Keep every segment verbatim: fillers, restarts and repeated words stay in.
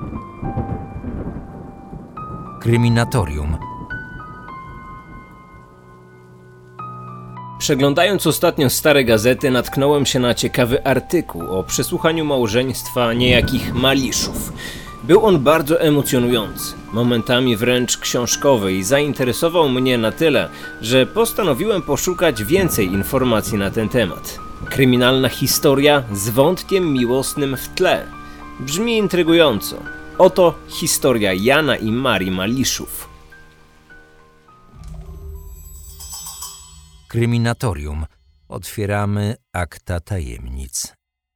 Kryminatorium. Przeglądając ostatnio stare gazety, natknąłem się na ciekawy artykuł o przesłuchaniu małżeństwa niejakich Maliszów. Był on bardzo emocjonujący, momentami wręcz książkowy i zainteresował mnie na tyle, że postanowiłem poszukać więcej informacji na ten temat. Kryminalna historia z wątkiem miłosnym w tle. Brzmi intrygująco. Oto historia Jana i Marii Maliszów. Kryminatorium. Otwieramy akta tajemnic.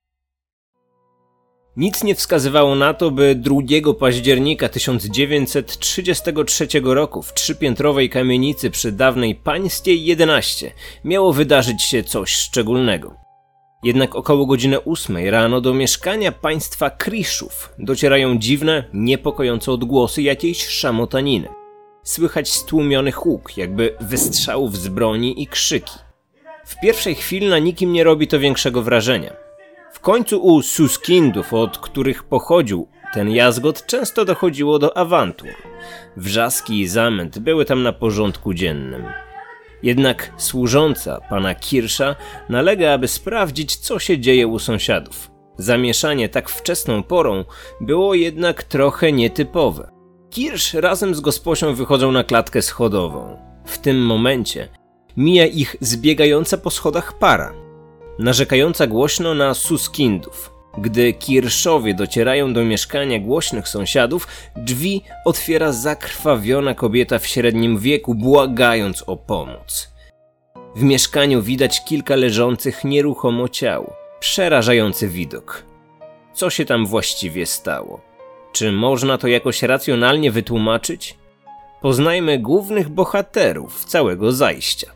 Nic nie wskazywało na to, by drugiego października tysiąc dziewięćset trzydziestego trzeciego roku w trzypiętrowej kamienicy przy dawnej Pańskiej jedenaście miało wydarzyć się coś szczególnego. Jednak około godziny ósmej rano do mieszkania państwa Kriszów docierają dziwne, niepokojące odgłosy jakiejś szamotaniny. Słychać stłumiony huk, jakby wystrzałów z broni i krzyki. W pierwszej chwili na nikim nie robi to większego wrażenia. W końcu u Suskindów, od których pochodził ten jazgot, często dochodziło do awantur. Wrzaski i zamęt były tam na porządku dziennym. Jednak służąca pana Kirsza nalega, aby sprawdzić, co się dzieje u sąsiadów. Zamieszanie tak wczesną porą było jednak trochę nietypowe. Kirsz razem z gosposią wychodzą na klatkę schodową. W tym momencie mija ich zbiegająca po schodach para, narzekająca głośno na Suskindów. Gdy Kirszowie docierają do mieszkania głośnych sąsiadów, drzwi otwiera zakrwawiona kobieta w średnim wieku, błagając o pomoc. W mieszkaniu widać kilka leżących nieruchomo ciał. Przerażający widok. Co się tam właściwie stało? Czy można to jakoś racjonalnie wytłumaczyć? Poznajmy głównych bohaterów całego zajścia.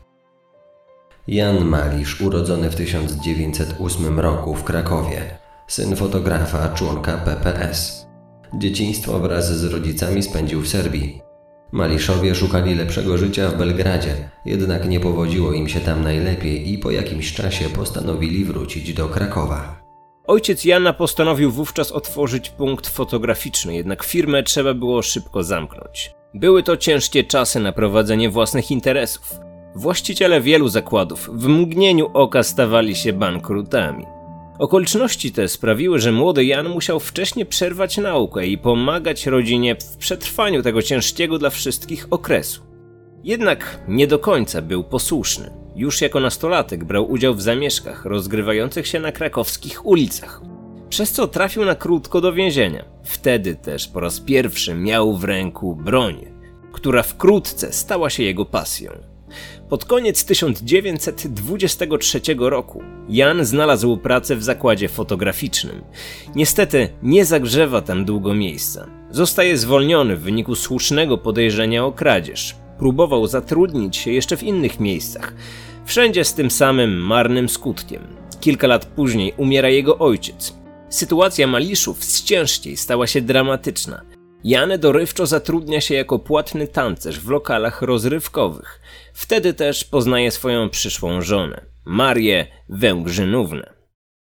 Jan Malisz, urodzony w tysiąc dziewięćset ósmym roku w Krakowie. Syn fotografa, członka P P S. Dzieciństwo wraz z rodzicami spędził w Serbii. Maliszowie szukali lepszego życia w Belgradzie, jednak nie powodziło im się tam najlepiej i po jakimś czasie postanowili wrócić do Krakowa. Ojciec Jana postanowił wówczas otworzyć punkt fotograficzny, jednak firmę trzeba było szybko zamknąć. Były to ciężkie czasy na prowadzenie własnych interesów. Właściciele wielu zakładów w mgnieniu oka stawali się bankrutami. Okoliczności te sprawiły, że młody Jan musiał wcześnie przerwać naukę i pomagać rodzinie w przetrwaniu tego ciężkiego dla wszystkich okresu. Jednak nie do końca był posłuszny. Już jako nastolatek brał udział w zamieszkach rozgrywających się na krakowskich ulicach, przez co trafił na krótko do więzienia. Wtedy też po raz pierwszy miał w ręku broń, która wkrótce stała się jego pasją. Pod koniec tysiąc dziewięćset dwudziestego trzeciego roku Jan znalazł pracę w zakładzie fotograficznym. Niestety nie zagrzewa tam długo miejsca. Zostaje zwolniony w wyniku słusznego podejrzenia o kradzież. Próbował zatrudnić się jeszcze w innych miejscach. Wszędzie z tym samym marnym skutkiem. Kilka lat później umiera jego ojciec. Sytuacja Maliszów z ciężkiej stała się dramatyczna. Jan dorywczo zatrudnia się jako płatny tancerz w lokalach rozrywkowych. Wtedy też poznaje swoją przyszłą żonę, Marię Węgrzynownę.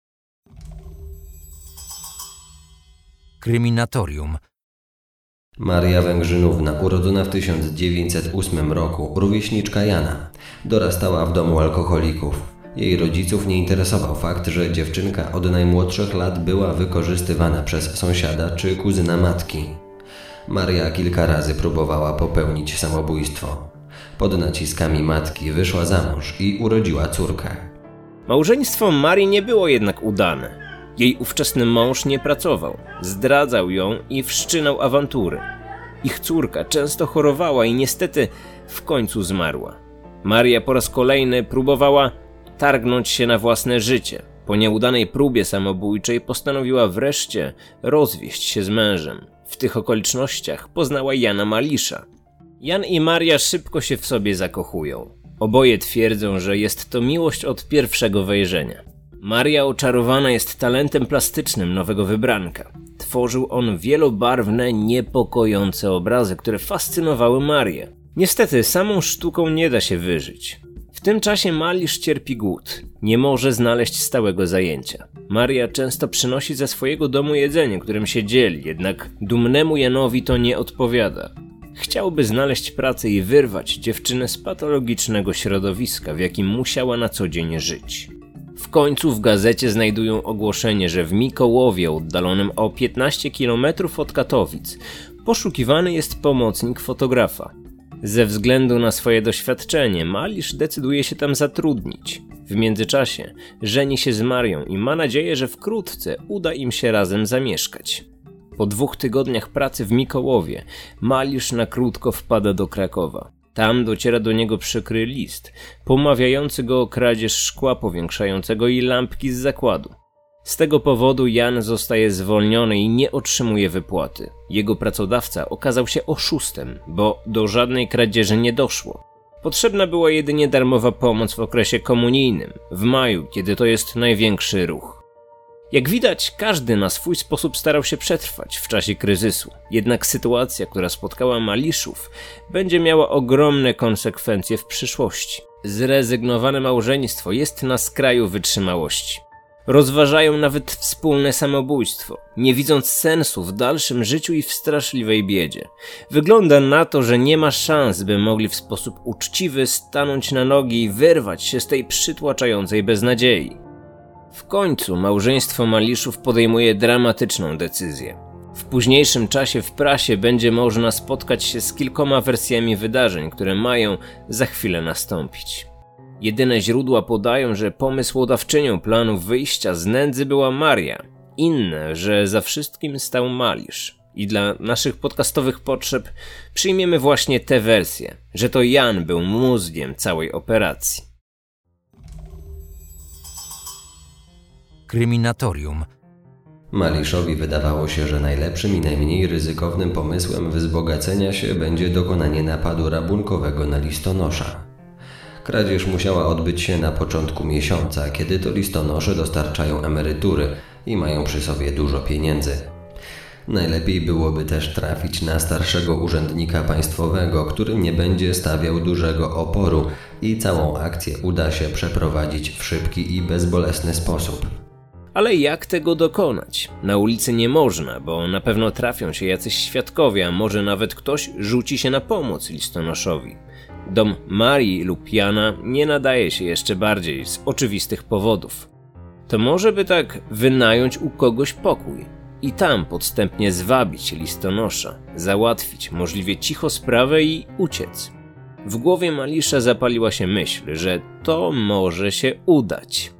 Kryminatorium. Maria Węgrzynówna, urodzona w tysiąc dziewięćset ósmym roku, rówieśniczka Jana, dorastała w domu alkoholików. Jej rodziców nie interesował fakt, że dziewczynka od najmłodszych lat była wykorzystywana przez sąsiada czy kuzyna matki. Maria kilka razy próbowała popełnić samobójstwo. Pod naciskami matki wyszła za mąż i urodziła córkę. Małżeństwo Marii nie było jednak udane. Jej ówczesny mąż nie pracował, zdradzał ją i wszczynał awantury. Ich córka często chorowała i niestety w końcu zmarła. Maria po raz kolejny próbowała targnąć się na własne życie. Po nieudanej próbie samobójczej postanowiła wreszcie rozwieść się z mężem. W tych okolicznościach poznała Jana Malisza. Jan i Maria szybko się w sobie zakochują. Oboje twierdzą, że jest to miłość od pierwszego wejrzenia. Maria oczarowana jest talentem plastycznym nowego wybranka. Tworzył on wielobarwne, niepokojące obrazy, które fascynowały Marię. Niestety samą sztuką nie da się wyżyć. W tym czasie Malisz cierpi głód. Nie może znaleźć stałego zajęcia. Maria często przynosi ze swojego domu jedzenie, którym się dzieli, jednak dumnemu Janowi to nie odpowiada. Chciałby znaleźć pracę i wyrwać dziewczynę z patologicznego środowiska, w jakim musiała na co dzień żyć. W końcu w gazecie znajdują ogłoszenie, że w Mikołowie, oddalonym o piętnaście kilometrów od Katowic, poszukiwany jest pomocnik fotografa. Ze względu na swoje doświadczenie Malisz decyduje się tam zatrudnić. W międzyczasie żeni się z Marią i ma nadzieję, że wkrótce uda im się razem zamieszkać. Po dwóch tygodniach pracy w Mikołowie Malisz na krótko wpada do Krakowa. Tam dociera do niego przykry list, pomawiający go o kradzież szkła powiększającego i lampki z zakładu. Z tego powodu Jan zostaje zwolniony i nie otrzymuje wypłaty. Jego pracodawca okazał się oszustem, bo do żadnej kradzieży nie doszło. Potrzebna była jedynie darmowa pomoc w okresie komunijnym, w maju, kiedy to jest największy ruch. Jak widać, każdy na swój sposób starał się przetrwać w czasie kryzysu. Jednak sytuacja, która spotkała Maliszów, będzie miała ogromne konsekwencje w przyszłości. Zrezygnowane małżeństwo jest na skraju wytrzymałości. Rozważają nawet wspólne samobójstwo, nie widząc sensu w dalszym życiu i w straszliwej biedzie. Wygląda na to, że nie ma szans, by mogli w sposób uczciwy stanąć na nogi i wyrwać się z tej przytłaczającej beznadziei. W końcu małżeństwo Maliszów podejmuje dramatyczną decyzję. W późniejszym czasie w prasie będzie można spotkać się z kilkoma wersjami wydarzeń, które mają za chwilę nastąpić. Jedyne źródła podają, że pomysłodawczynią planu wyjścia z nędzy była Maria. Inne, że za wszystkim stał Malisz. I dla naszych podcastowych potrzeb przyjmiemy właśnie tę wersję, że to Jan był mózgiem całej operacji. Kryminatorium. Maliszowi wydawało się, że najlepszym i najmniej ryzykownym pomysłem wzbogacenia się będzie dokonanie napadu rabunkowego na listonosza. Kradzież musiała odbyć się na początku miesiąca, kiedy to listonosze dostarczają emerytury i mają przy sobie dużo pieniędzy. Najlepiej byłoby też trafić na starszego urzędnika państwowego, który nie będzie stawiał dużego oporu i całą akcję uda się przeprowadzić w szybki i bezbolesny sposób. Ale jak tego dokonać? Na ulicy nie można, bo na pewno trafią się jacyś świadkowie, a może nawet ktoś rzuci się na pomoc listonoszowi. Dom Marii lub Jana nie nadaje się jeszcze bardziej z oczywistych powodów. To może by tak wynająć u kogoś pokój i tam podstępnie zwabić listonosza, załatwić możliwie cicho sprawę i uciec. W głowie Malisza zapaliła się myśl, że to może się udać.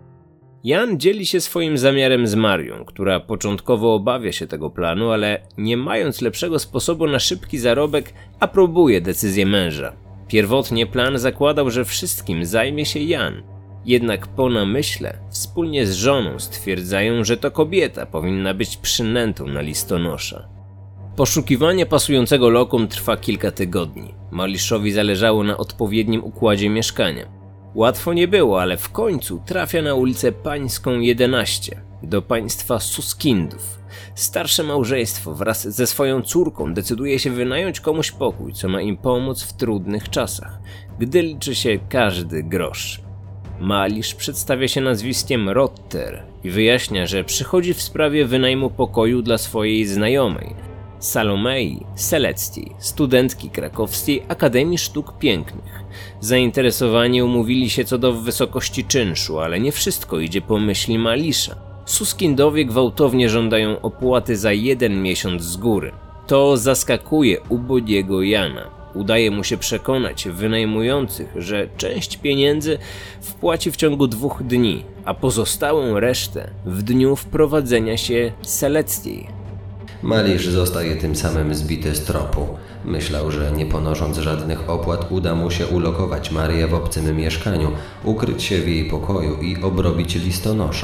Jan dzieli się swoim zamiarem z Marią, która początkowo obawia się tego planu, ale nie mając lepszego sposobu na szybki zarobek, aprobuje decyzję męża. Pierwotnie plan zakładał, że wszystkim zajmie się Jan. Jednak po namyśle wspólnie z żoną stwierdzają, że to kobieta powinna być przynętą na listonosza. Poszukiwanie pasującego lokum trwa kilka tygodni. Maliszowi zależało na odpowiednim układzie mieszkania. Łatwo nie było, ale w końcu trafia na ulicę Pańską jedenaście, do państwa Suskindów. Starsze małżeństwo wraz ze swoją córką decyduje się wynająć komuś pokój, co ma im pomóc w trudnych czasach, gdy liczy się każdy grosz. Malisz przedstawia się nazwiskiem Rotter i wyjaśnia, że przychodzi w sprawie wynajmu pokoju dla swojej znajomej, Salomei Seleckiej, studentki Krakowskiej Akademii Sztuk Pięknych. Zainteresowani umówili się co do wysokości czynszu, ale nie wszystko idzie po myśli Malisza. Suskindowie gwałtownie żądają opłaty za jeden miesiąc z góry. To zaskakuje ubogiego Jana. Udaje mu się przekonać wynajmujących, że część pieniędzy wpłaci w ciągu dwóch dni, a pozostałą resztę w dniu wprowadzenia się Seleckiej. Malisz zostaje tym samym zbity z tropu. Myślał, że nie ponosząc żadnych opłat uda mu się ulokować Marię w obcym mieszkaniu, ukryć się w jej pokoju i obrobić listonosza.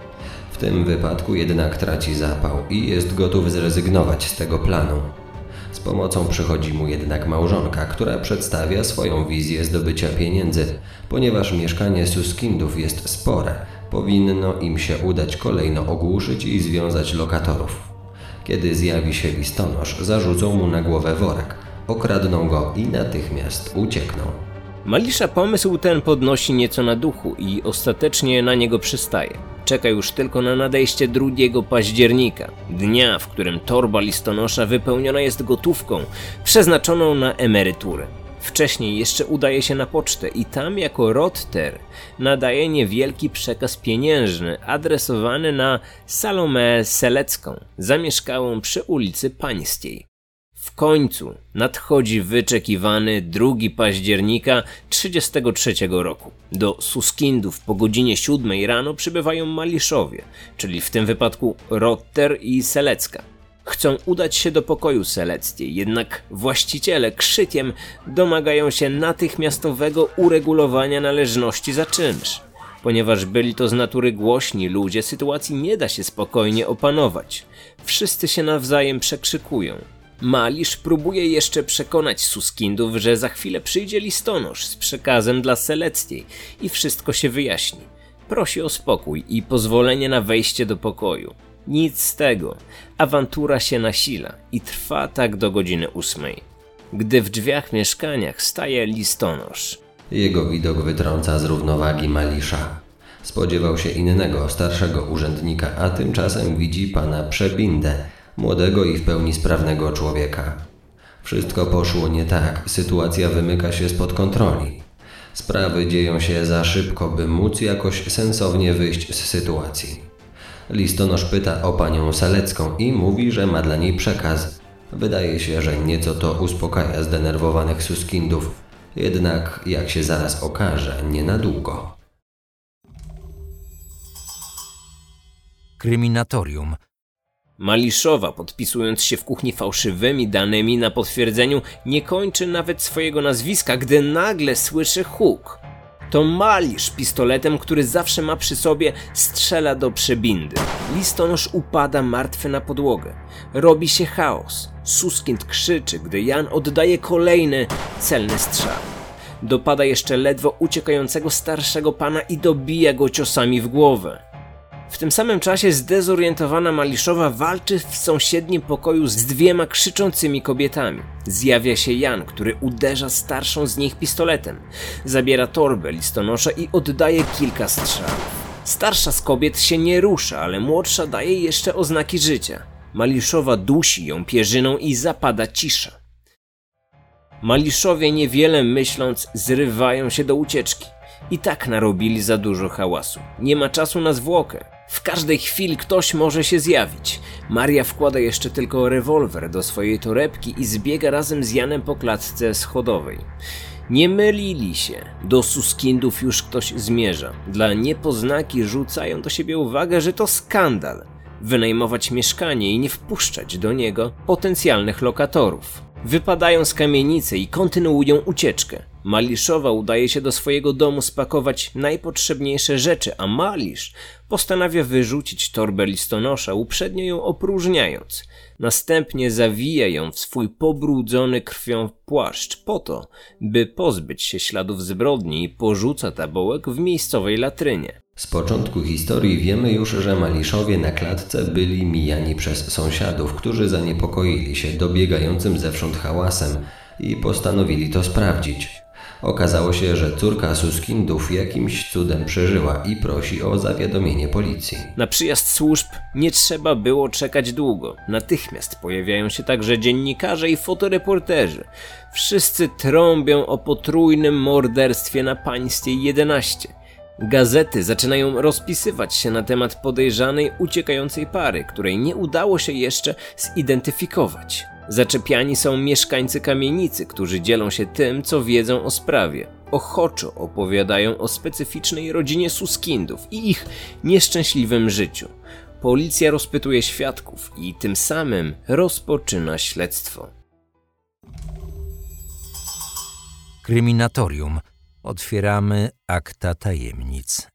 W tym wypadku jednak traci zapał i jest gotów zrezygnować z tego planu. Z pomocą przychodzi mu jednak małżonka, która przedstawia swoją wizję zdobycia pieniędzy. Ponieważ mieszkanie Suskindów jest spore, powinno im się udać kolejno ogłuszyć i związać lokatorów. Kiedy zjawi się listonosz, zarzucą mu na głowę worek, okradną go i natychmiast uciekną. Malisza pomysł ten podnosi nieco na duchu i ostatecznie na niego przystaje. Czeka już tylko na nadejście drugiego października, dnia, w którym torba listonosza wypełniona jest gotówką przeznaczoną na emeryturę. Wcześniej jeszcze udaje się na pocztę i tam jako rotter nadaje niewielki przekaz pieniężny adresowany na Salomę Selecką, zamieszkałą przy ulicy Pańskiej. W końcu nadchodzi wyczekiwany drugiego października trzydziestego trzeciego roku. Do Suskindów po godzinie siódmej rano przybywają Maliszowie, czyli w tym wypadku rotter i Selecka. Chcą udać się do pokoju Seleckiej, jednak właściciele krzykiem domagają się natychmiastowego uregulowania należności za czynsz. Ponieważ byli to z natury głośni ludzie, sytuacji nie da się spokojnie opanować. Wszyscy się nawzajem przekrzykują. Malisz próbuje jeszcze przekonać Suskindów, że za chwilę przyjdzie listonosz z przekazem dla Seleckiej i wszystko się wyjaśni. Prosi o spokój i pozwolenie na wejście do pokoju. Nic z tego. Awantura się nasila i trwa tak do godziny ósmej. Gdy w drzwiach mieszkania staje listonosz. Jego widok wytrąca z równowagi Malisza. Spodziewał się innego, starszego urzędnika, a tymczasem widzi pana Przebindę, młodego i w pełni sprawnego człowieka. Wszystko poszło nie tak, sytuacja wymyka się spod kontroli. Sprawy dzieją się za szybko, by móc jakoś sensownie wyjść z sytuacji. Listonosz pyta o panią Selecką i mówi, że ma dla niej przekaz. Wydaje się, że nieco to uspokaja zdenerwowanych Suskindów, jednak jak się zaraz okaże, nie na długo. Kryminatorium. Maliszowa, podpisując się w kuchni fałszywymi danymi na potwierdzeniu, nie kończy nawet swojego nazwiska, gdy nagle słyszy huk. To Malisz pistoletem, który zawsze ma przy sobie, strzela do Przebindy. Listonosz upada martwy na podłogę. Robi się chaos. Suskind krzyczy, gdy Jan oddaje kolejny celny strzał. Dopada jeszcze ledwo uciekającego starszego pana i dobija go ciosami w głowę. W tym samym czasie zdezorientowana Maliszowa walczy w sąsiednim pokoju z dwiema krzyczącymi kobietami. Zjawia się Jan, który uderza starszą z nich pistoletem. Zabiera torbę listonosza i oddaje kilka strzałów. Starsza z kobiet się nie rusza, ale młodsza daje jeszcze oznaki życia. Maliszowa dusi ją pierzyną i zapada cisza. Maliszowie niewiele myśląc zrywają się do ucieczki. I tak narobili za dużo hałasu. Nie ma czasu na zwłokę. W każdej chwili ktoś może się zjawić. Maria wkłada jeszcze tylko rewolwer do swojej torebki i zbiega razem z Janem po klatce schodowej. Nie mylili się. Do Suskindów już ktoś zmierza. Dla niepoznaki rzucają do siebie uwagę, że to skandal. Wynajmować mieszkanie i nie wpuszczać do niego potencjalnych lokatorów. Wypadają z kamienicy i kontynuują ucieczkę. Maliszowa udaje się do swojego domu spakować najpotrzebniejsze rzeczy, a Malisz postanawia wyrzucić torbę listonosza, uprzednio ją opróżniając. Następnie zawija ją w swój pobrudzony krwią płaszcz po to, by pozbyć się śladów zbrodni i porzuca tabołek w miejscowej latrynie. Z początku historii wiemy już, że Maliszowie na klatce byli mijani przez sąsiadów, którzy zaniepokoili się dobiegającym zewsząd hałasem i postanowili to sprawdzić. Okazało się, że córka Suskindów jakimś cudem przeżyła i prosi o zawiadomienie policji. Na przyjazd służb nie trzeba było czekać długo. Natychmiast pojawiają się także dziennikarze i fotoreporterzy. Wszyscy trąbią o potrójnym morderstwie na Pańskiej jedenaście. Gazety zaczynają rozpisywać się na temat podejrzanej uciekającej pary, której nie udało się jeszcze zidentyfikować. Zaczepiani są mieszkańcy kamienicy, którzy dzielą się tym, co wiedzą o sprawie. Ochoczo opowiadają o specyficznej rodzinie Suskindów i ich nieszczęśliwym życiu. Policja rozpytuje świadków i tym samym rozpoczyna śledztwo. Kryminatorium. Otwieramy akta tajemnic.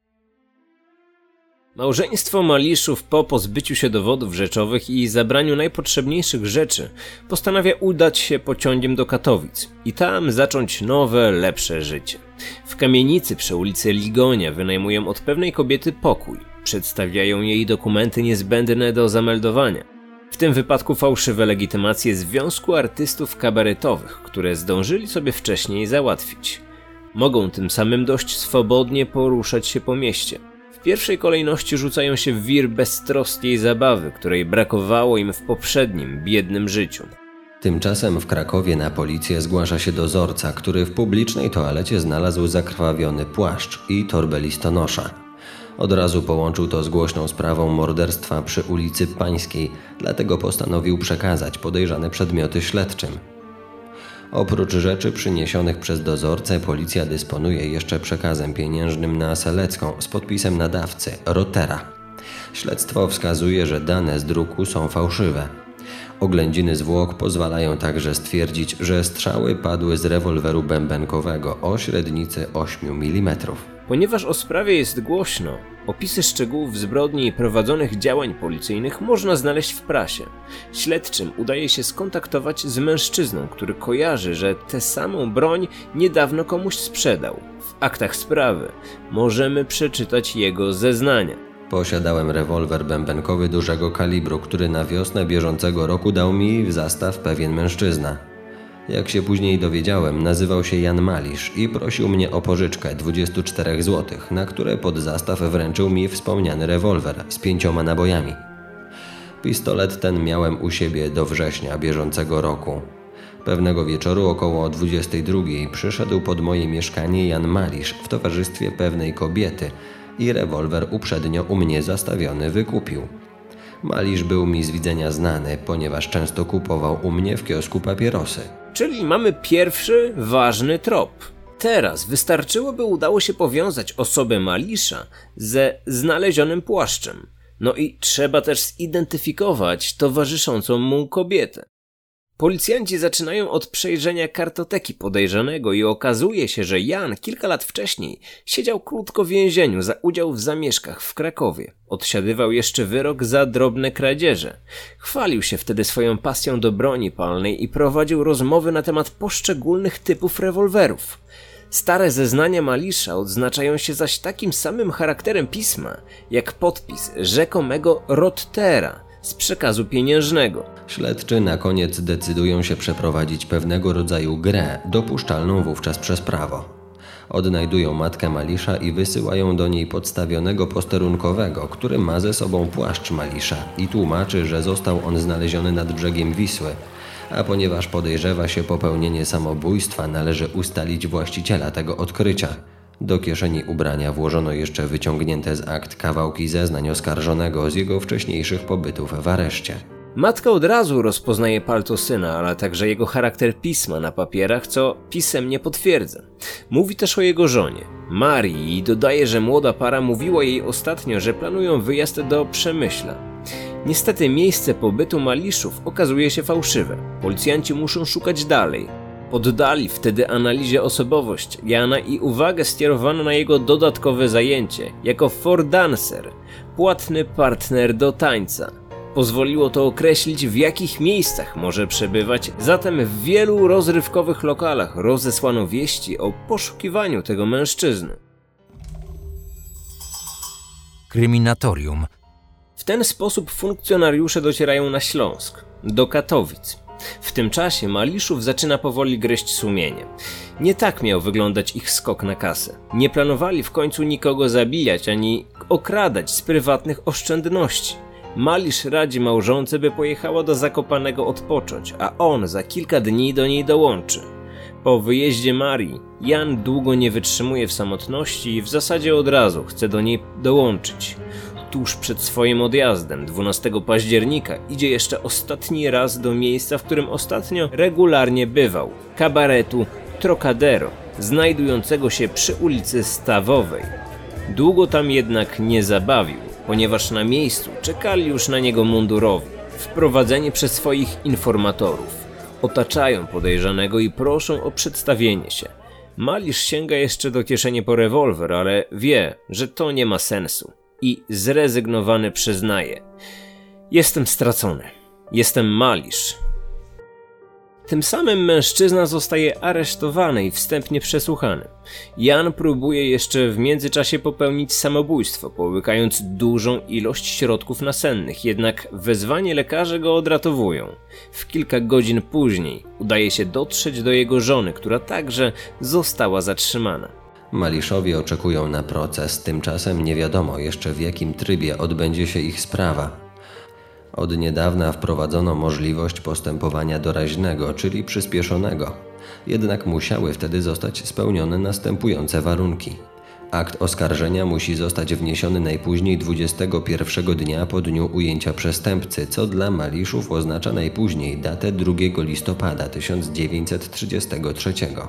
Małżeństwo Maliszów po pozbyciu się dowodów rzeczowych i zabraniu najpotrzebniejszych rzeczy postanawia udać się pociągiem do Katowic i tam zacząć nowe, lepsze życie. W kamienicy przy ulicy Ligonia wynajmują od pewnej kobiety pokój. Przedstawiają jej dokumenty niezbędne do zameldowania. W tym wypadku fałszywe legitymacje Związku Artystów Kabaretowych, które zdążyli sobie wcześniej załatwić. Mogą tym samym dość swobodnie poruszać się po mieście. W pierwszej kolejności rzucają się w wir beztroskiej zabawy, której brakowało im w poprzednim, biednym życiu. Tymczasem w Krakowie na policję zgłasza się dozorca, który w publicznej toalecie znalazł zakrwawiony płaszcz i torbę listonosza. Od razu połączył to z głośną sprawą morderstwa przy ulicy Pańskiej, dlatego postanowił przekazać podejrzane przedmioty śledczym. Oprócz rzeczy przyniesionych przez dozorcę, policja dysponuje jeszcze przekazem pieniężnym na Selecką z podpisem nadawcy, Rotera. Śledztwo wskazuje, że dane z druku są fałszywe. Oględziny zwłok pozwalają także stwierdzić, że strzały padły z rewolweru bębenkowego o średnicy ośmiu milimetrów. Ponieważ o sprawie jest głośno, opisy szczegółów zbrodni i prowadzonych działań policyjnych można znaleźć w prasie. Śledczym udaje się skontaktować z mężczyzną, który kojarzy, że tę samą broń niedawno komuś sprzedał. W aktach sprawy możemy przeczytać jego zeznania. Posiadałem rewolwer bębenkowy dużego kalibru, który na wiosnę bieżącego roku dał mi w zastaw pewien mężczyzna. Jak się później dowiedziałem, nazywał się Jan Malisz i prosił mnie o pożyczkę dwudziestu czterech złotych, na które pod zastaw wręczył mi wspomniany rewolwer z pięcioma nabojami. Pistolet ten miałem u siebie do września bieżącego roku. Pewnego wieczoru około dwudziestej drugiej przyszedł pod moje mieszkanie Jan Malisz w towarzystwie pewnej kobiety i rewolwer uprzednio u mnie zastawiony wykupił. Malisz był mi z widzenia znany, ponieważ często kupował u mnie w kiosku papierosy. Czyli mamy pierwszy ważny trop. Teraz wystarczyłoby udało się powiązać osobę Malisza ze znalezionym płaszczem. No i trzeba też zidentyfikować towarzyszącą mu kobietę. Policjanci zaczynają od przejrzenia kartoteki podejrzanego i okazuje się, że Jan kilka lat wcześniej siedział krótko w więzieniu za udział w zamieszkach w Krakowie. Odsiadywał jeszcze wyrok za drobne kradzieże. Chwalił się wtedy swoją pasją do broni palnej i prowadził rozmowy na temat poszczególnych typów rewolwerów. Stare zeznania Malisza odznaczają się zaś takim samym charakterem pisma, jak podpis rzekomego Rottera z przekazu pieniężnego. Śledczy na koniec decydują się przeprowadzić pewnego rodzaju grę, dopuszczalną wówczas przez prawo. Odnajdują matkę Malisza i wysyłają do niej podstawionego posterunkowego, który ma ze sobą płaszcz Malisza i tłumaczy, że został on znaleziony nad brzegiem Wisły, a ponieważ podejrzewa się popełnienie samobójstwa, należy ustalić właściciela tego odkrycia. Do kieszeni ubrania włożono jeszcze wyciągnięte z akt kawałki zeznań oskarżonego z jego wcześniejszych pobytów w areszcie. Matka od razu rozpoznaje palto syna, ale także jego charakter pisma na papierach, co pisemnie potwierdza. Mówi też o jego żonie, Marii, i dodaje, że młoda para mówiła jej ostatnio, że planują wyjazd do Przemyśla. Niestety miejsce pobytu Maliszów okazuje się fałszywe. Policjanci muszą szukać dalej. Poddali wtedy analizie osobowość Jana i uwagę skierowano na jego dodatkowe zajęcie jako fordancer, płatny partner do tańca. Pozwoliło to określić, w jakich miejscach może przebywać, zatem w wielu rozrywkowych lokalach rozesłano wieści o poszukiwaniu tego mężczyzny. Kryminatorium. W ten sposób funkcjonariusze docierają na Śląsk, do Katowic. W tym czasie Maliszów zaczyna powoli gryźć sumienie. Nie tak miał wyglądać ich skok na kasę. Nie planowali w końcu nikogo zabijać ani okradać z prywatnych oszczędności. Malisz radzi małżonce, by pojechała do Zakopanego odpocząć, a on za kilka dni do niej dołączy. Po wyjeździe Marii, Jan długo nie wytrzymuje w samotności i w zasadzie od razu chce do niej dołączyć. Tuż przed swoim odjazdem, dwunastego października, idzie jeszcze ostatni raz do miejsca, w którym ostatnio regularnie bywał, kabaretu Trocadero, znajdującego się przy ulicy Stawowej. Długo tam jednak nie zabawił, ponieważ na miejscu czekali już na niego mundurowi, wprowadzeni przez swoich informatorów. Otaczają podejrzanego i proszą o przedstawienie się. Malisz sięga jeszcze do kieszeni po rewolwer, ale wie, że to nie ma sensu. I zrezygnowany przyznaje: jestem stracony. Jestem Malisz. Tym samym mężczyzna zostaje aresztowany i wstępnie przesłuchany. Jan próbuje jeszcze w międzyczasie popełnić samobójstwo, połykając dużą ilość środków nasennych, jednak wezwanie lekarze go odratowują. W kilka godzin później udaje się dotrzeć do jego żony, która także została zatrzymana. Maliszowie oczekują na proces, tymczasem nie wiadomo jeszcze w jakim trybie odbędzie się ich sprawa. Od niedawna wprowadzono możliwość postępowania doraźnego, czyli przyspieszonego. Jednak musiały wtedy zostać spełnione następujące warunki. Akt oskarżenia musi zostać wniesiony najpóźniej dwudziestego pierwszego dnia po dniu ujęcia przestępcy, co dla Maliszów oznacza najpóźniej datę drugiego listopada tysiąc dziewięćset trzydziestego trzeciego.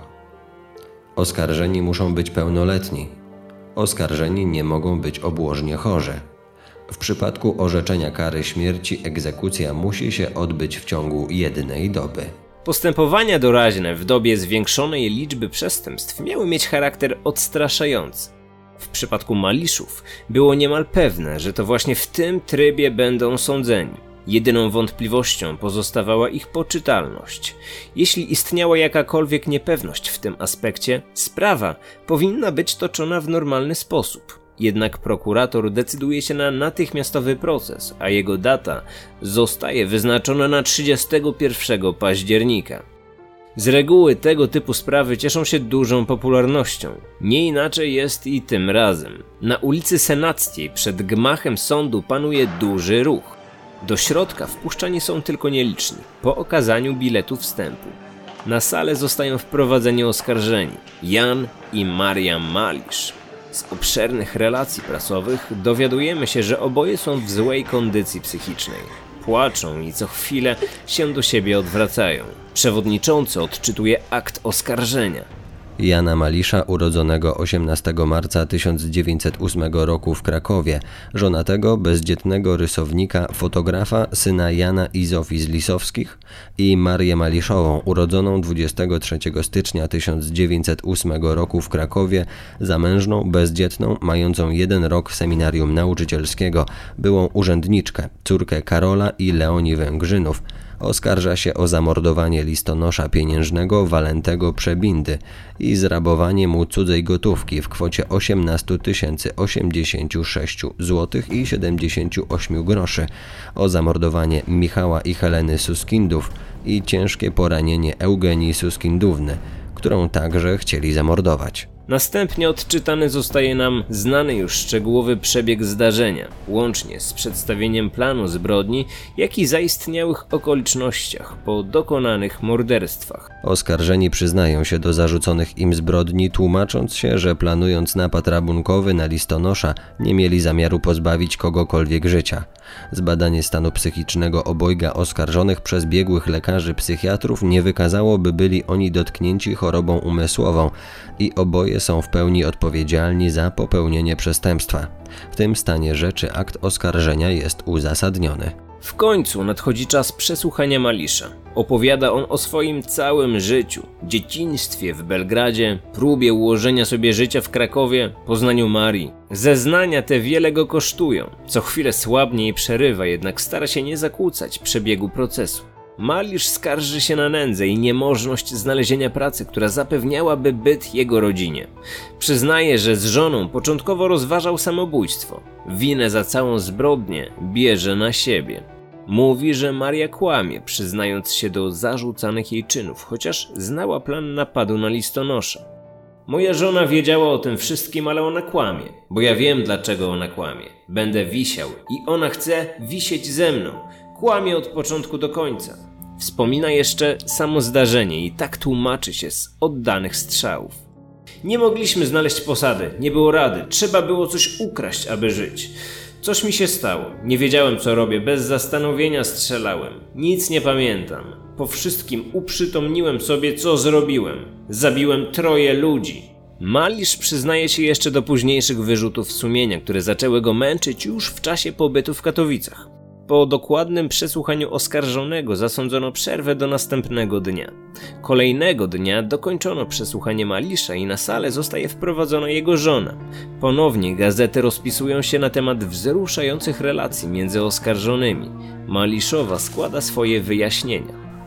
Oskarżeni muszą być pełnoletni. Oskarżeni nie mogą być obłożnie chorzy. W przypadku orzeczenia kary śmierci egzekucja musi się odbyć w ciągu jednej doby. Postępowania doraźne w dobie zwiększonej liczby przestępstw miały mieć charakter odstraszający. W przypadku Maliszów było niemal pewne, że to właśnie w tym trybie będą sądzeni. Jedyną wątpliwością pozostawała ich poczytalność. Jeśli istniała jakakolwiek niepewność w tym aspekcie, sprawa powinna być toczona w normalny sposób. Jednak prokurator decyduje się na natychmiastowy proces, a jego data zostaje wyznaczona na trzydziestego pierwszego października. Z reguły tego typu sprawy cieszą się dużą popularnością. Nie inaczej jest i tym razem. Na ulicy Senackiej przed gmachem sądu panuje duży ruch. Do środka wpuszczani są tylko nieliczni, po okazaniu biletu wstępu. Na salę zostają wprowadzeni oskarżeni Jan i Maria Malisz. Z obszernych relacji prasowych dowiadujemy się, że oboje są w złej kondycji psychicznej. Płaczą i co chwilę się do siebie odwracają. Przewodniczący odczytuje akt oskarżenia. Jana Malisza, urodzonego osiemnastego marca tysiąc dziewięćset ósmego roku w Krakowie, żonatego, bezdzietnego rysownika, fotografa, syna Jana i Zofii z Lisowskich, i Marię Maliszową, urodzoną dwudziestego trzeciego stycznia tysiąc dziewięćset ósmego roku w Krakowie, zamężną, bezdzietną, mającą jeden rok seminarium nauczycielskiego, byłą urzędniczkę, córkę Karola i Leonii Węgrzynów. Oskarża się o zamordowanie listonosza pieniężnego Walentego Przebindy i zrabowanie mu cudzej gotówki w kwocie osiemnaście tysięcy osiemdziesiąt sześć złotych i siedemdziesiąt osiem groszy, o zamordowanie Michała i Heleny Suskindów i ciężkie poranienie Eugenii Suskindówny, którą także chcieli zamordować. Następnie odczytany zostaje nam znany już szczegółowy przebieg zdarzenia, łącznie z przedstawieniem planu zbrodni, jak i zaistniałych okolicznościach po dokonanych morderstwach. Oskarżeni przyznają się do zarzuconych im zbrodni, tłumacząc się, że planując napad rabunkowy na listonosza, nie mieli zamiaru pozbawić kogokolwiek życia. Zbadanie stanu psychicznego obojga oskarżonych przez biegłych lekarzy psychiatrów nie wykazało, by byli oni dotknięci chorobą umysłową i oboje są w pełni odpowiedzialni za popełnienie przestępstwa. W tym stanie rzeczy akt oskarżenia jest uzasadniony. W końcu nadchodzi czas przesłuchania Malisza. Opowiada on o swoim całym życiu, dzieciństwie w Belgradzie, próbie ułożenia sobie życia w Krakowie, poznaniu Marii. Zeznania te wiele go kosztują. Co chwilę słabnie i przerywa, jednak stara się nie zakłócać przebiegu procesu. Malisz skarży się na nędzę i niemożność znalezienia pracy, która zapewniałaby byt jego rodzinie. Przyznaje, że z żoną początkowo rozważał samobójstwo. Winę za całą zbrodnię bierze na siebie. Mówi, że Maria kłamie, przyznając się do zarzucanych jej czynów, chociaż znała plan napadu na listonosza. Moja żona wiedziała o tym wszystkim, ale ona kłamie, bo ja wiem, dlaczego ona kłamie. Będę wisiał i ona chce wisieć ze mną. Kłamie od początku do końca. Wspomina jeszcze samo zdarzenie i tak tłumaczy się z oddanych strzałów. Nie mogliśmy znaleźć posady, nie było rady, trzeba było coś ukraść, aby żyć. Coś mi się stało, nie wiedziałem co robię, bez zastanowienia strzelałem. Nic nie pamiętam. Po wszystkim uprzytomniłem sobie, co zrobiłem. Zabiłem troje ludzi. Malisz przyznaje się jeszcze do późniejszych wyrzutów sumienia, które zaczęły go męczyć już w czasie pobytu w Katowicach. Po dokładnym przesłuchaniu oskarżonego zasądzono przerwę do następnego dnia. Kolejnego dnia dokończono przesłuchanie Malisza i na salę zostaje wprowadzona jego żona. Ponownie gazety rozpisują się na temat wzruszających relacji między oskarżonymi. Maliszowa składa swoje wyjaśnienia.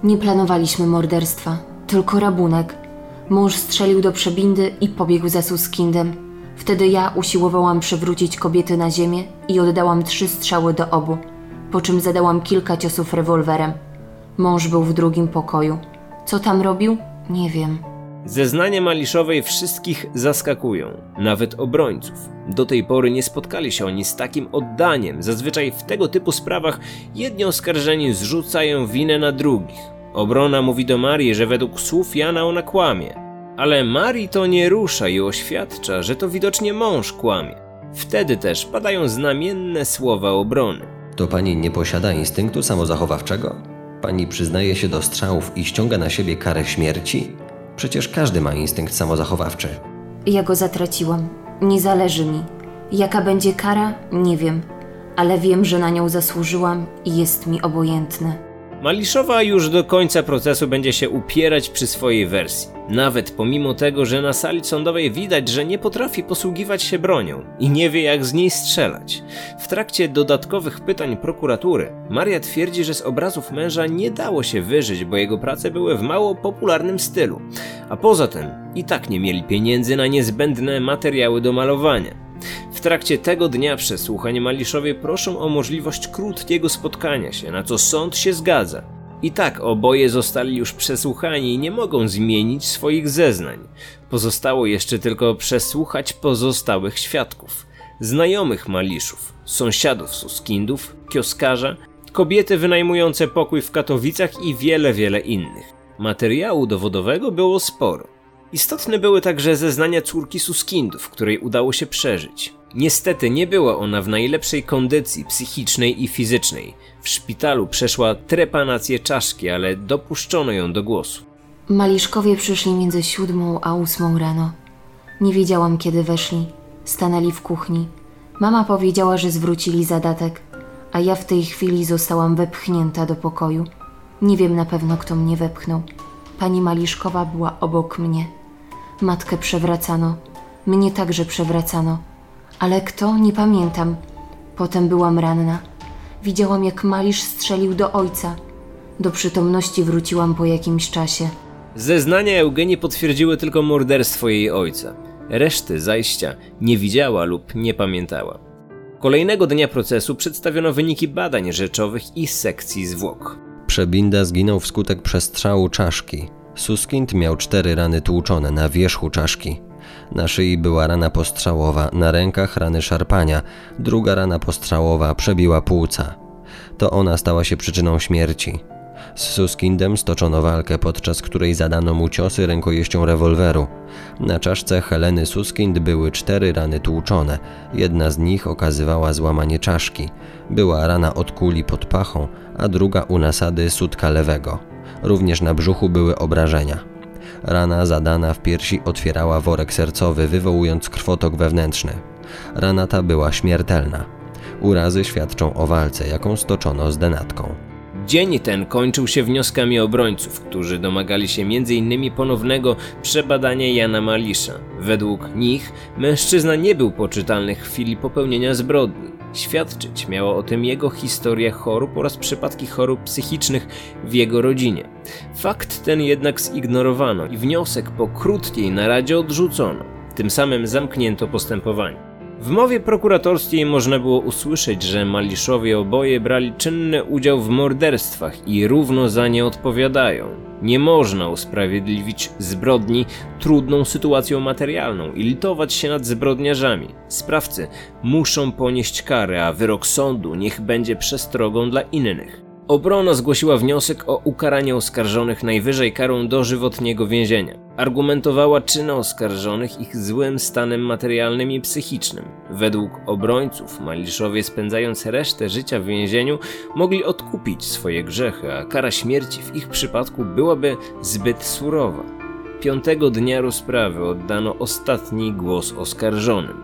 Nie planowaliśmy morderstwa, tylko rabunek. Mąż strzelił do przebindy i pobiegł za Suskindem. Wtedy ja usiłowałam przewrócić kobiety na ziemię i oddałam trzy strzały do obu, po czym zadałam kilka ciosów rewolwerem. Mąż był w drugim pokoju. Co tam robił? Nie wiem. Zeznania Maliszowej wszystkich zaskakują, nawet obrońców. Do tej pory nie spotkali się oni z takim oddaniem. Zazwyczaj w tego typu sprawach jedni oskarżeni zrzucają winę na drugich. Obrona mówi do Marii, że według słów Jana ona kłamie. Ale Marii to nie rusza i oświadcza, że to widocznie mąż kłamie. Wtedy też padają znamienne słowa obrony. To pani nie posiada instynktu samozachowawczego? Pani przyznaje się do strzałów i ściąga na siebie karę śmierci? Przecież każdy ma instynkt samozachowawczy. Ja go zatraciłam. Nie zależy mi. Jaka będzie kara? Nie wiem. Ale wiem, że na nią zasłużyłam i jest mi obojętne. Maliszowa już do końca procesu będzie się upierać przy swojej wersji. Nawet pomimo tego, że na sali sądowej widać, że nie potrafi posługiwać się bronią i nie wie, jak z niej strzelać. W trakcie dodatkowych pytań prokuratury Maria twierdzi, że z obrazów męża nie dało się wyżyć, bo jego prace były w mało popularnym stylu. A poza tym i tak nie mieli pieniędzy na niezbędne materiały do malowania. W trakcie tego dnia przesłuchań Maliszowie proszą o możliwość krótkiego spotkania się, na co sąd się zgadza. I tak oboje zostali już przesłuchani i nie mogą zmienić swoich zeznań. Pozostało jeszcze tylko przesłuchać pozostałych świadków. Znajomych Maliszów, sąsiadów Suskindów, kioskarza, kobiety wynajmujące pokój w Katowicach i wiele, wiele innych. Materiału dowodowego było sporo. Istotne były także zeznania córki Suskindów, której udało się przeżyć. Niestety nie była ona w najlepszej kondycji psychicznej i fizycznej. W szpitalu przeszła trepanację czaszki, ale dopuszczono ją do głosu. Maliszkowie przyszli między siódmą a ósmą rano. Nie wiedziałam, kiedy weszli. Stanęli w kuchni. Mama powiedziała, że zwrócili zadatek, a ja w tej chwili zostałam wepchnięta do pokoju. Nie wiem na pewno, kto mnie wepchnął. Pani Maliszkowa była obok mnie. Matkę przewracano. Mnie także przewracano. Ale kto? Nie pamiętam. Potem byłam ranna. Widziałam, jak Malisz strzelił do ojca. Do przytomności wróciłam po jakimś czasie. Zeznania Eugenii potwierdziły tylko morderstwo jej ojca. Reszty zajścia nie widziała lub nie pamiętała. Kolejnego dnia procesu przedstawiono wyniki badań rzeczowych i sekcji zwłok. Przebinda zginął wskutek przestrzału czaszki. Suskind miał cztery rany tłuczone na wierzchu czaszki. Na szyi była rana postrzałowa, na rękach rany szarpania, druga rana postrzałowa przebiła płuca. To ona stała się przyczyną śmierci. Z Suskindem stoczono walkę, podczas której zadano mu ciosy rękojeścią rewolweru. Na czaszce Heleny Suskind były cztery rany tłuczone, jedna z nich okazywała złamanie czaszki. Była rana od kuli pod pachą, a druga u nasady sutka lewego. Również na brzuchu były obrażenia. Rana zadana w piersi otwierała worek sercowy, wywołując krwotok wewnętrzny. Rana ta była śmiertelna. Urazy świadczą o walce, jaką stoczono z denatką. Dzień ten kończył się wnioskami obrońców, którzy domagali się między innymi ponownego przebadania Jana Malisza. Według nich mężczyzna nie był poczytalny w chwili popełnienia zbrodni. Świadczyć miała o tym jego historia chorób oraz przypadki chorób psychicznych w jego rodzinie. Fakt ten jednak zignorowano i wniosek po krótkiej naradzie odrzucono. Tym samym zamknięto postępowanie. W mowie prokuratorskiej można było usłyszeć, że Maliszowie oboje brali czynny udział w morderstwach i równo za nie odpowiadają. Nie można usprawiedliwić zbrodni trudną sytuacją materialną i litować się nad zbrodniarzami. Sprawcy muszą ponieść karę, a wyrok sądu niech będzie przestrogą dla innych. Obrona zgłosiła wniosek o ukaranie oskarżonych najwyżej karą dożywotniego więzienia. Argumentowała czyny oskarżonych ich złym stanem materialnym i psychicznym. Według obrońców Maliszowie, spędzając resztę życia w więzieniu, mogli odkupić swoje grzechy, a kara śmierci w ich przypadku byłaby zbyt surowa. Piątego dnia rozprawy oddano ostatni głos oskarżonym.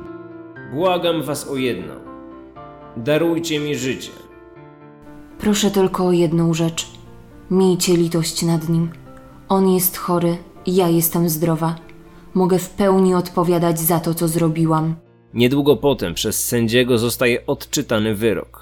Błagam was o jedno. Darujcie mi życie. Proszę tylko o jedną rzecz. Miejcie litość nad nim. On jest chory, ja jestem zdrowa. Mogę w pełni odpowiadać za to, co zrobiłam. Niedługo potem przez sędziego zostaje odczytany wyrok.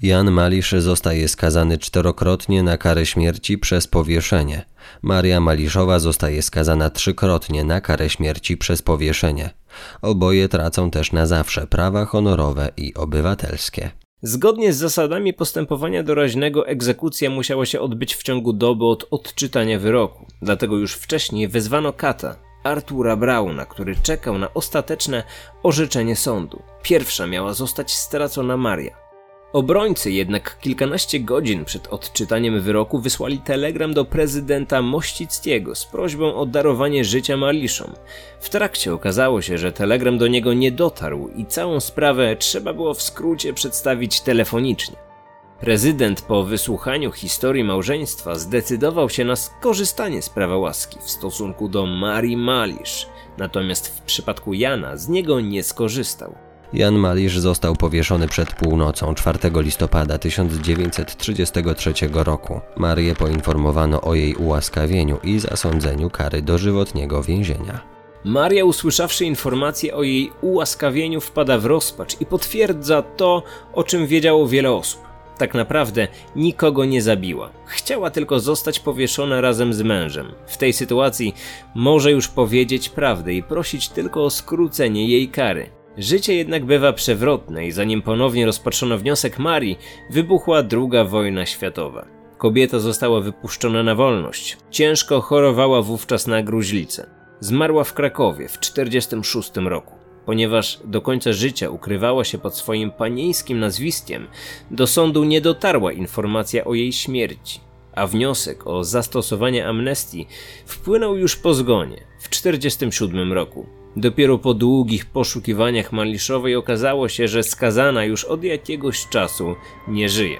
Jan Malisz zostaje skazany czterokrotnie na karę śmierci przez powieszenie. Maria Maliszowa zostaje skazana trzykrotnie na karę śmierci przez powieszenie. Oboje tracą też na zawsze prawa honorowe i obywatelskie. Zgodnie z zasadami postępowania doraźnego egzekucja musiała się odbyć w ciągu doby od odczytania wyroku. Dlatego już wcześniej wezwano kata, Artura Brauna, który czekał na ostateczne orzeczenie sądu. Pierwsza miała zostać stracona Maria. Obrońcy jednak kilkanaście godzin przed odczytaniem wyroku wysłali telegram do prezydenta Mościckiego z prośbą o darowanie życia Maliszom. W trakcie okazało się, że telegram do niego nie dotarł i całą sprawę trzeba było w skrócie przedstawić telefonicznie. Prezydent po wysłuchaniu historii małżeństwa zdecydował się na skorzystanie z prawa łaski w stosunku do Marii Malisz, natomiast w przypadku Jana z niego nie skorzystał. Jan Malisz został powieszony przed północą czwartego listopada tysiąc dziewięćset trzydziestego trzeciego roku. Marię poinformowano o jej ułaskawieniu i zasądzeniu kary dożywotniego więzienia. Maria, usłyszawszy informację o jej ułaskawieniu, wpada w rozpacz i potwierdza to, o czym wiedziało wiele osób. Tak naprawdę nikogo nie zabiła. Chciała tylko zostać powieszona razem z mężem. W tej sytuacji może już powiedzieć prawdę i prosić tylko o skrócenie jej kary. Życie jednak bywa przewrotne i zanim ponownie rozpatrzono wniosek Marii, wybuchła druga wojna światowa. Kobieta została wypuszczona na wolność. Ciężko chorowała wówczas na gruźlicę. Zmarła w Krakowie w czterdziestym szóstym roku. Ponieważ do końca życia ukrywała się pod swoim panieńskim nazwiskiem, do sądu nie dotarła informacja o jej śmierci, a wniosek o zastosowanie amnestii wpłynął już po zgonie w czterdziestym siódmym roku. Dopiero po długich poszukiwaniach Maliszowej okazało się, że skazana już od jakiegoś czasu nie żyje.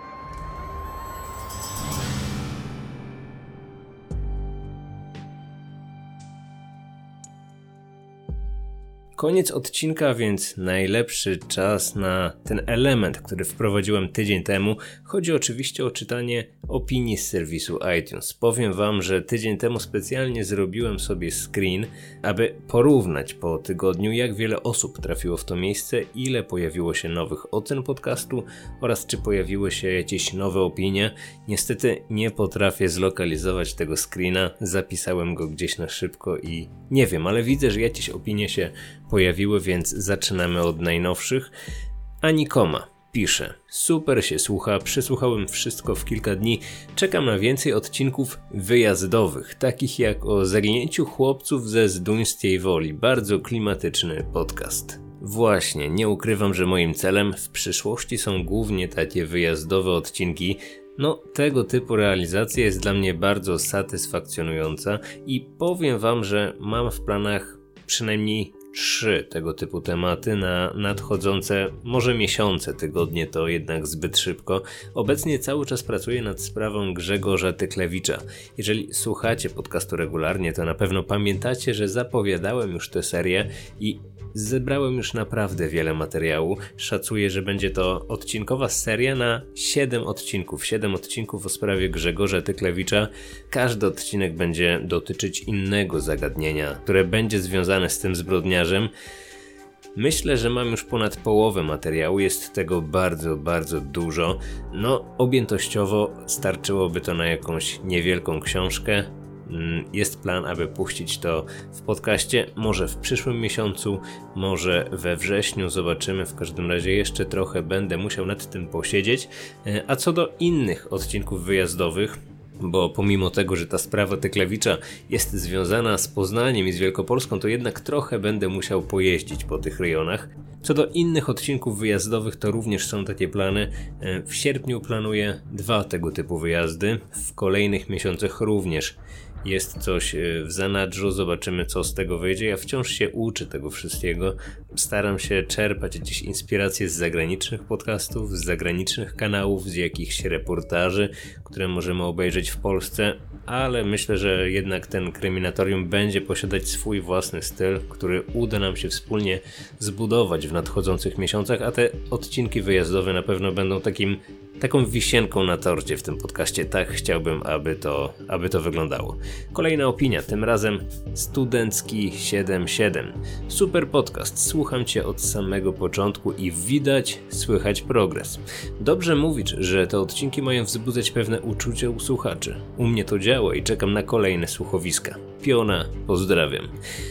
Koniec odcinka, więc najlepszy czas na ten element, który wprowadziłem tydzień temu. Chodzi oczywiście o czytanie opinii z serwisu iTunes. Powiem wam, że tydzień temu specjalnie zrobiłem sobie screen, aby porównać po tygodniu, jak wiele osób trafiło w to miejsce, ile pojawiło się nowych ocen podcastu oraz czy pojawiły się jakieś nowe opinie. Niestety nie potrafię zlokalizować tego screena, zapisałem go gdzieś na szybko i nie wiem, ale widzę, że jakieś opinie się pojawiły, więc zaczynamy od najnowszych. Anikoma pisze: super się słucha, przesłuchałem wszystko w kilka dni, czekam na więcej odcinków wyjazdowych, takich jak o zaginięciu chłopców ze Zduńskiej Woli, bardzo klimatyczny podcast. Właśnie, nie ukrywam, że moim celem w przyszłości są głównie takie wyjazdowe odcinki. No, tego typu realizacja jest dla mnie bardzo satysfakcjonująca i powiem wam, że mam w planach przynajmniej trzy tego typu tematy na nadchodzące może miesiące, tygodnie to jednak zbyt szybko. Obecnie cały czas pracuję nad sprawą Grzegorza Tyklewicza. Jeżeli słuchacie podcastu regularnie, to na pewno pamiętacie, że zapowiadałem już tę serię i zebrałem już naprawdę wiele materiału. Szacuję, że będzie to odcinkowa seria na siedem odcinków. siedem odcinków o sprawie Grzegorza Tyklewicza. Każdy odcinek będzie dotyczyć innego zagadnienia, które będzie związane z tym zbrodniarzem. Myślę, że mam już ponad połowę materiału, jest tego bardzo, bardzo dużo. No, objętościowo starczyłoby to na jakąś niewielką książkę. Jest plan, aby puścić to w podcaście, może w przyszłym miesiącu, może we wrześniu, zobaczymy. W każdym razie jeszcze trochę będę musiał nad tym posiedzieć. A co do innych odcinków wyjazdowych, bo pomimo tego, że ta sprawa Tyklewicza jest związana z Poznaniem i z Wielkopolską, to jednak trochę będę musiał pojeździć po tych rejonach. Co do innych odcinków wyjazdowych, to również są takie plany. W sierpniu planuję dwa tego typu wyjazdy, w kolejnych miesiącach również jest coś w zanadrzu, zobaczymy co z tego wyjdzie. Ja wciąż się uczę tego wszystkiego, staram się czerpać jakieś inspiracje z zagranicznych podcastów, z zagranicznych kanałów, z jakichś reportaży, które możemy obejrzeć w Polsce, ale myślę, że jednak ten Kryminatorium będzie posiadać swój własny styl, który uda nam się wspólnie zbudować w nadchodzących miesiącach, a te odcinki wyjazdowe na pewno będą takim taką wisienką na torcie w tym podcaście. Tak chciałbym, aby to, aby to wyglądało. Kolejna opinia, tym razem Studencki siedem siedem. Super podcast, słucham Cię od samego początku i widać, słychać progres. Dobrze mówić, że te odcinki mają wzbudzać pewne uczucia u słuchaczy. U mnie to działa i czekam na kolejne słuchowiska. Piona, pozdrawiam.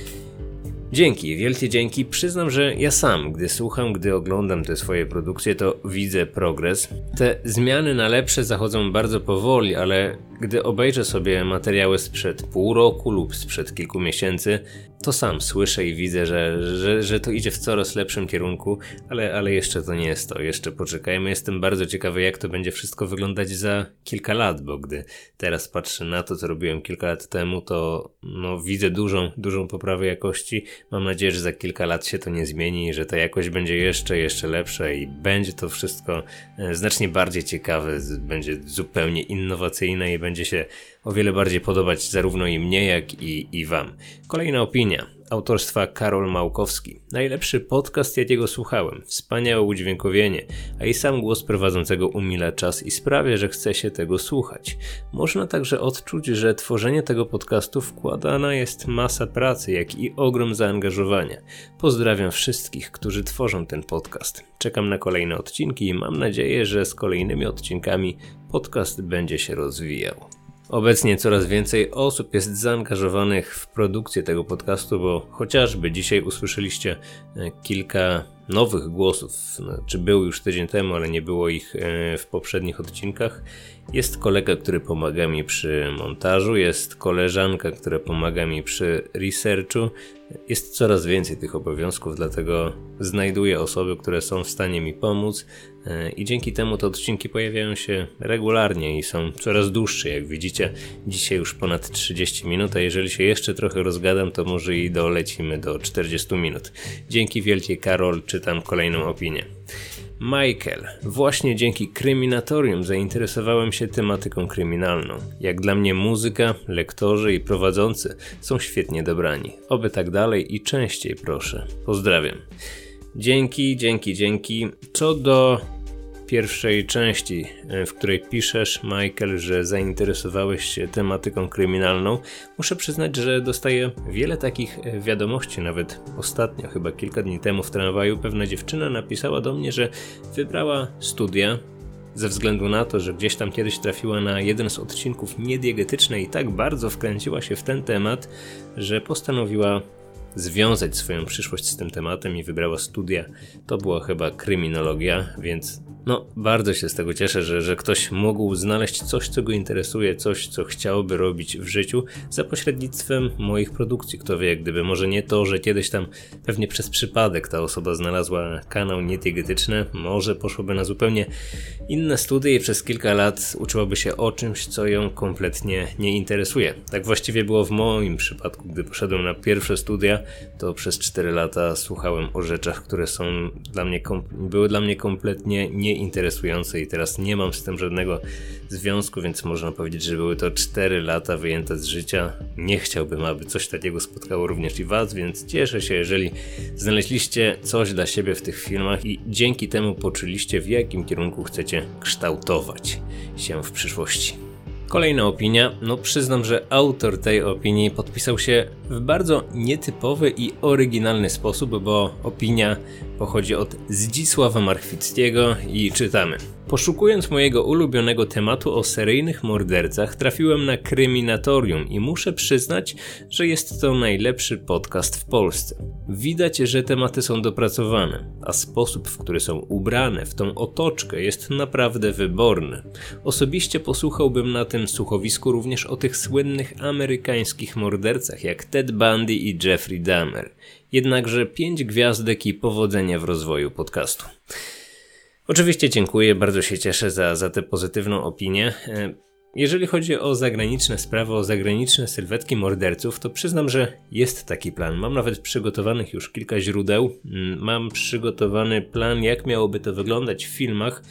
Dzięki, wielkie dzięki. Przyznam, że ja sam, gdy słucham, gdy oglądam te swoje produkcje, to widzę progres. Te zmiany na lepsze zachodzą bardzo powoli, ale gdy obejrzę sobie materiały sprzed pół roku lub sprzed kilku miesięcy, to sam słyszę i widzę, że, że, że to idzie w coraz lepszym kierunku, ale, ale jeszcze to nie jest to. Jeszcze poczekajmy. Jestem bardzo ciekawy, jak to będzie wszystko wyglądać za kilka lat, bo gdy teraz patrzę na to, co robiłem kilka lat temu, to no, widzę dużą, dużą poprawę jakości. Mam nadzieję, że za kilka lat się to nie zmieni, że ta jakość będzie jeszcze, jeszcze lepsza i będzie to wszystko znacznie bardziej ciekawe, będzie zupełnie innowacyjne i będzie się o wiele bardziej podobać zarówno i mnie, jak i, i wam. Kolejna opinia, autorstwa Karol Małkowski. Najlepszy podcast, jakiego słuchałem. Wspaniałe udźwiękowienie, a i sam głos prowadzącego umila czas i sprawia, że chce się tego słuchać. Można także odczuć, że tworzenie tego podcastu wkładana jest masa pracy, jak i ogrom zaangażowania. Pozdrawiam wszystkich, którzy tworzą ten podcast. Czekam na kolejne odcinki i mam nadzieję, że z kolejnymi odcinkami podcast będzie się rozwijał. Obecnie coraz więcej osób jest zaangażowanych w produkcję tego podcastu, bo chociażby dzisiaj usłyszeliście kilka nowych głosów, czy był już tydzień temu, ale nie było ich w poprzednich odcinkach. Jest kolega, który pomaga mi przy montażu, jest koleżanka, która pomaga mi przy researchu. Jest coraz więcej tych obowiązków, dlatego znajduję osoby, które są w stanie mi pomóc i dzięki temu te odcinki pojawiają się regularnie i są coraz dłuższe. Jak widzicie, dzisiaj już ponad trzydzieści minut, a jeżeli się jeszcze trochę rozgadam, to może i dolecimy do czterdziestu minut. Dzięki wielkie, Karol, czytam kolejną opinię. Michael, właśnie dzięki Kryminatorium zainteresowałem się tematyką kryminalną. Jak dla mnie muzyka, lektorzy i prowadzący są świetnie dobrani. Oby tak dalej i częściej, proszę. Pozdrawiam. Dzięki, dzięki, dzięki. Co do pierwszej części, w której piszesz, Michael, że zainteresowałeś się tematyką kryminalną, muszę przyznać, że dostaję wiele takich wiadomości. Nawet ostatnio, chyba kilka dni temu w tramwaju, pewna dziewczyna napisała do mnie, że wybrała studia ze względu na to, że gdzieś tam kiedyś trafiła na jeden z odcinków Niediegetycznej i tak bardzo wkręciła się w ten temat, że postanowiła związać swoją przyszłość z tym tematem i wybrała studia. To była chyba kryminologia, więc no bardzo się z tego cieszę, że, że ktoś mógł znaleźć coś, co go interesuje, coś, co chciałby robić w życiu za pośrednictwem moich produkcji. Kto wie, gdyby może nie to, że kiedyś tam pewnie przez przypadek ta osoba znalazła kanał Niediegetyczny, może poszłoby na zupełnie inne studia i przez kilka lat uczyłaby się o czymś, co ją kompletnie nie interesuje. Tak właściwie było w moim przypadku, gdy poszedłem na pierwsze studia, to przez cztery lata słuchałem o rzeczach, które są dla mnie kom- były dla mnie kompletnie nieinteresujące i teraz nie mam z tym żadnego związku, więc można powiedzieć, że były to cztery lata wyjęte z życia. Nie chciałbym, aby coś takiego spotkało również i was, więc cieszę się, jeżeli znaleźliście coś dla siebie w tych filmach i dzięki temu poczuliście, w jakim kierunku chcecie kształtować się w przyszłości. Kolejna opinia, no przyznam, że autor tej opinii podpisał się w bardzo nietypowy i oryginalny sposób, bo opinia pochodzi od Zdzisława Marchwickiego i czytamy. Poszukując mojego ulubionego tematu o seryjnych mordercach, trafiłem na Kryminatorium i muszę przyznać, że jest to najlepszy podcast w Polsce. Widać, że tematy są dopracowane, a sposób, w który są ubrane w tą otoczkę, jest naprawdę wyborny. Osobiście posłuchałbym na tym słuchowisku również o tych słynnych amerykańskich mordercach jak Ted Bundy i Jeffrey Dahmer. Jednakże pięć gwiazdek i powodzenia w rozwoju podcastu. Oczywiście dziękuję, bardzo się cieszę za, za tę pozytywną opinię. Jeżeli chodzi o zagraniczne sprawy, o zagraniczne sylwetki morderców, to przyznam, że jest taki plan. Mam nawet przygotowanych już kilka źródeł. Mam przygotowany plan, jak miałoby to wyglądać w filmach,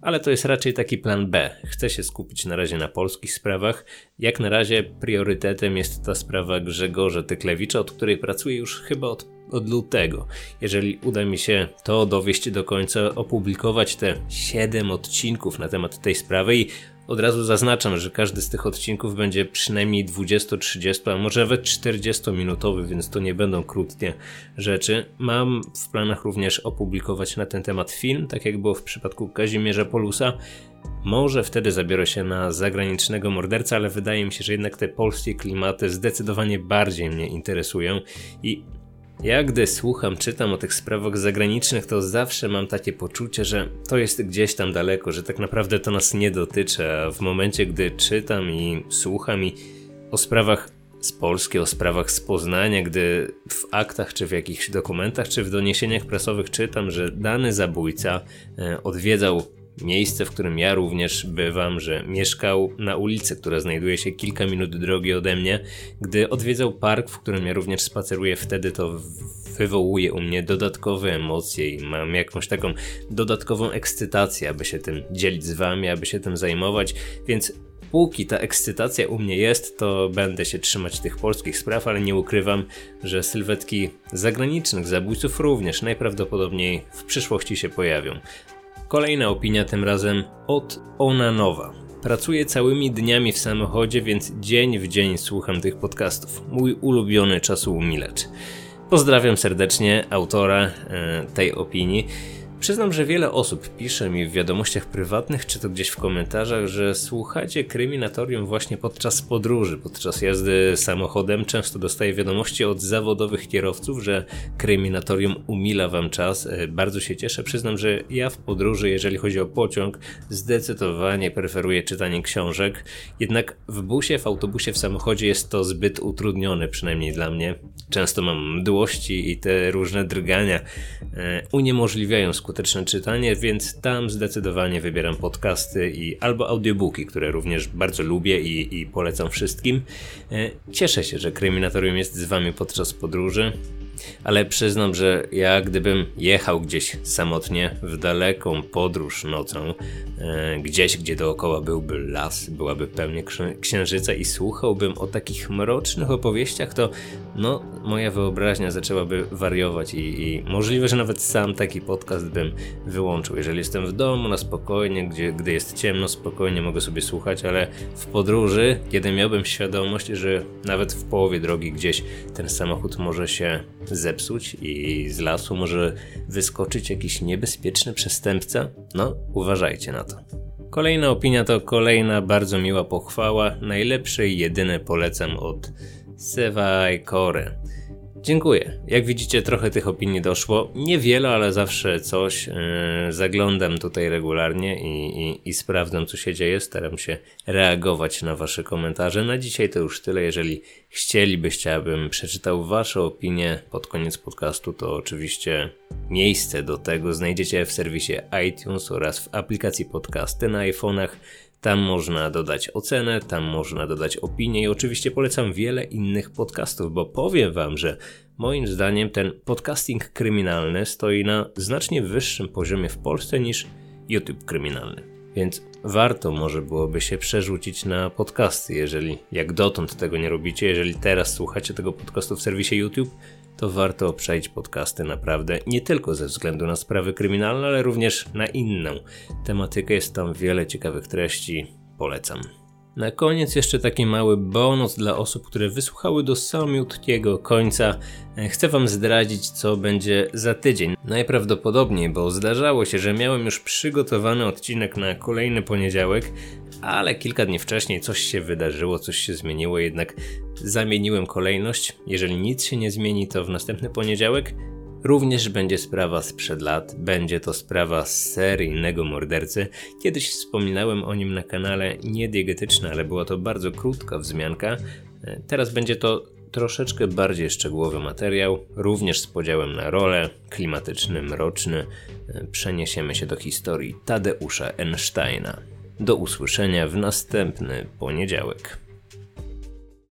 ale to jest raczej taki plan B. Chcę się skupić na razie na polskich sprawach. Jak na razie priorytetem jest ta sprawa Grzegorza Tyklewicza, od której pracuję już chyba od, od lutego. Jeżeli uda mi się to dowieść do końca, opublikować te siedem odcinków na temat tej sprawy i od razu zaznaczam, że każdy z tych odcinków będzie przynajmniej dwudziesto trzydzieści, a może nawet czterdziestominutowy, więc to nie będą krótkie rzeczy. Mam w planach również opublikować na ten temat film, tak jak było w przypadku Kazimierza Polusa. Może wtedy zabiorę się na zagranicznego mordercę, ale wydaje mi się, że jednak te polskie klimaty zdecydowanie bardziej mnie interesują i ja gdy słucham, czytam o tych sprawach zagranicznych, to zawsze mam takie poczucie, że to jest gdzieś tam daleko, że tak naprawdę to nas nie dotyczy, a w momencie gdy czytam i słucham i o sprawach z Polski, o sprawach z Poznania, gdy w aktach, czy w jakichś dokumentach, czy w doniesieniach prasowych czytam, że dany zabójca e, odwiedzał miejsce, w którym ja również bywam, że mieszkał na ulicy, która znajduje się kilka minut drogi ode mnie. Gdy odwiedzał park, w którym ja również spaceruję, wtedy to wywołuje u mnie dodatkowe emocje i mam jakąś taką dodatkową ekscytację, aby się tym dzielić z wami, aby się tym zajmować, więc póki ta ekscytacja u mnie jest, to będę się trzymać tych polskich spraw, ale nie ukrywam, że sylwetki zagranicznych zabójców również najprawdopodobniej w przyszłości się pojawią. Kolejna opinia, tym razem od Onanowa. Pracuję całymi dniami w samochodzie, więc dzień w dzień słucham tych podcastów. Mój ulubiony czasoumilacz. Pozdrawiam serdecznie autora e, tej opinii. Przyznam, że wiele osób pisze mi w wiadomościach prywatnych, czy to gdzieś w komentarzach, że słuchacie Kryminatorium właśnie podczas podróży, podczas jazdy samochodem. Często dostaję wiadomości od zawodowych kierowców, że Kryminatorium umila wam czas. Bardzo się cieszę. Przyznam, że ja w podróży, jeżeli chodzi o pociąg, zdecydowanie preferuję czytanie książek. Jednak w busie, w autobusie, w samochodzie jest to zbyt utrudnione, przynajmniej dla mnie. Często mam mdłości i te różne drgania e, uniemożliwiają skuteczne czytanie, więc tam zdecydowanie wybieram podcasty i albo audiobooki, które również bardzo lubię i, i polecam wszystkim. E, cieszę się, że Kryminatorium jest z wami podczas podróży, ale przyznam, że ja gdybym jechał gdzieś samotnie w daleką podróż nocą, e, gdzieś, gdzie dookoła byłby las, byłaby pełnia księżyca i słuchałbym o takich mrocznych opowieściach, to no, moja wyobraźnia zaczęłaby wariować i, i możliwe, że nawet sam taki podcast bym wyłączył. Jeżeli jestem w domu na spokojnie, gdzie, gdy jest ciemno, spokojnie mogę sobie słuchać, ale w podróży, kiedy miałbym świadomość, że nawet w połowie drogi gdzieś ten samochód może się zepsuć i z lasu może wyskoczyć jakiś niebezpieczny przestępca, no uważajcie na to. Kolejna opinia to kolejna bardzo miła pochwała. Najlepsze i jedyne polecam od Sewaj Kore. Dziękuję. Jak widzicie, trochę tych opinii doszło. Niewiele, ale zawsze coś. Yy, zaglądam tutaj regularnie i, i, i sprawdzam, co się dzieje. Staram się reagować na wasze komentarze. Na dzisiaj to już tyle. Jeżeli chcielibyście, abym przeczytał wasze opinie pod koniec podcastu, to oczywiście miejsce do tego znajdziecie w serwisie iTunes oraz w aplikacji podcasty na iPhone'ach. Tam można dodać ocenę, tam można dodać opinię i oczywiście polecam wiele innych podcastów, bo powiem wam, że moim zdaniem ten podcasting kryminalny stoi na znacznie wyższym poziomie w Polsce niż YouTube kryminalny. Więc warto może byłoby się przerzucić na podcasty, jeżeli jak dotąd tego nie robicie, jeżeli teraz słuchacie tego podcastu w serwisie YouTube, to warto przejść podcasty naprawdę nie tylko ze względu na sprawy kryminalne, ale również na inną tematykę. Jest tam wiele ciekawych treści, polecam. Na koniec jeszcze taki mały bonus dla osób, które wysłuchały do samiutkiego końca. Chcę wam zdradzić, co będzie za tydzień. Najprawdopodobniej, bo zdarzało się, że miałem już przygotowany odcinek na kolejny poniedziałek, ale kilka dni wcześniej coś się wydarzyło, coś się zmieniło, jednak zamieniłem kolejność. Jeżeli nic się nie zmieni, to w następny poniedziałek również będzie sprawa sprzed lat. Będzie to sprawa z seryjnego mordercy. Kiedyś wspominałem o nim na kanale Niediegetyczne, ale była to bardzo krótka wzmianka. Teraz będzie to troszeczkę bardziej szczegółowy materiał, również z podziałem na role, klimatyczny, mroczny. Przeniesiemy się do historii Tadeusza Einsteina. Do usłyszenia w następny poniedziałek.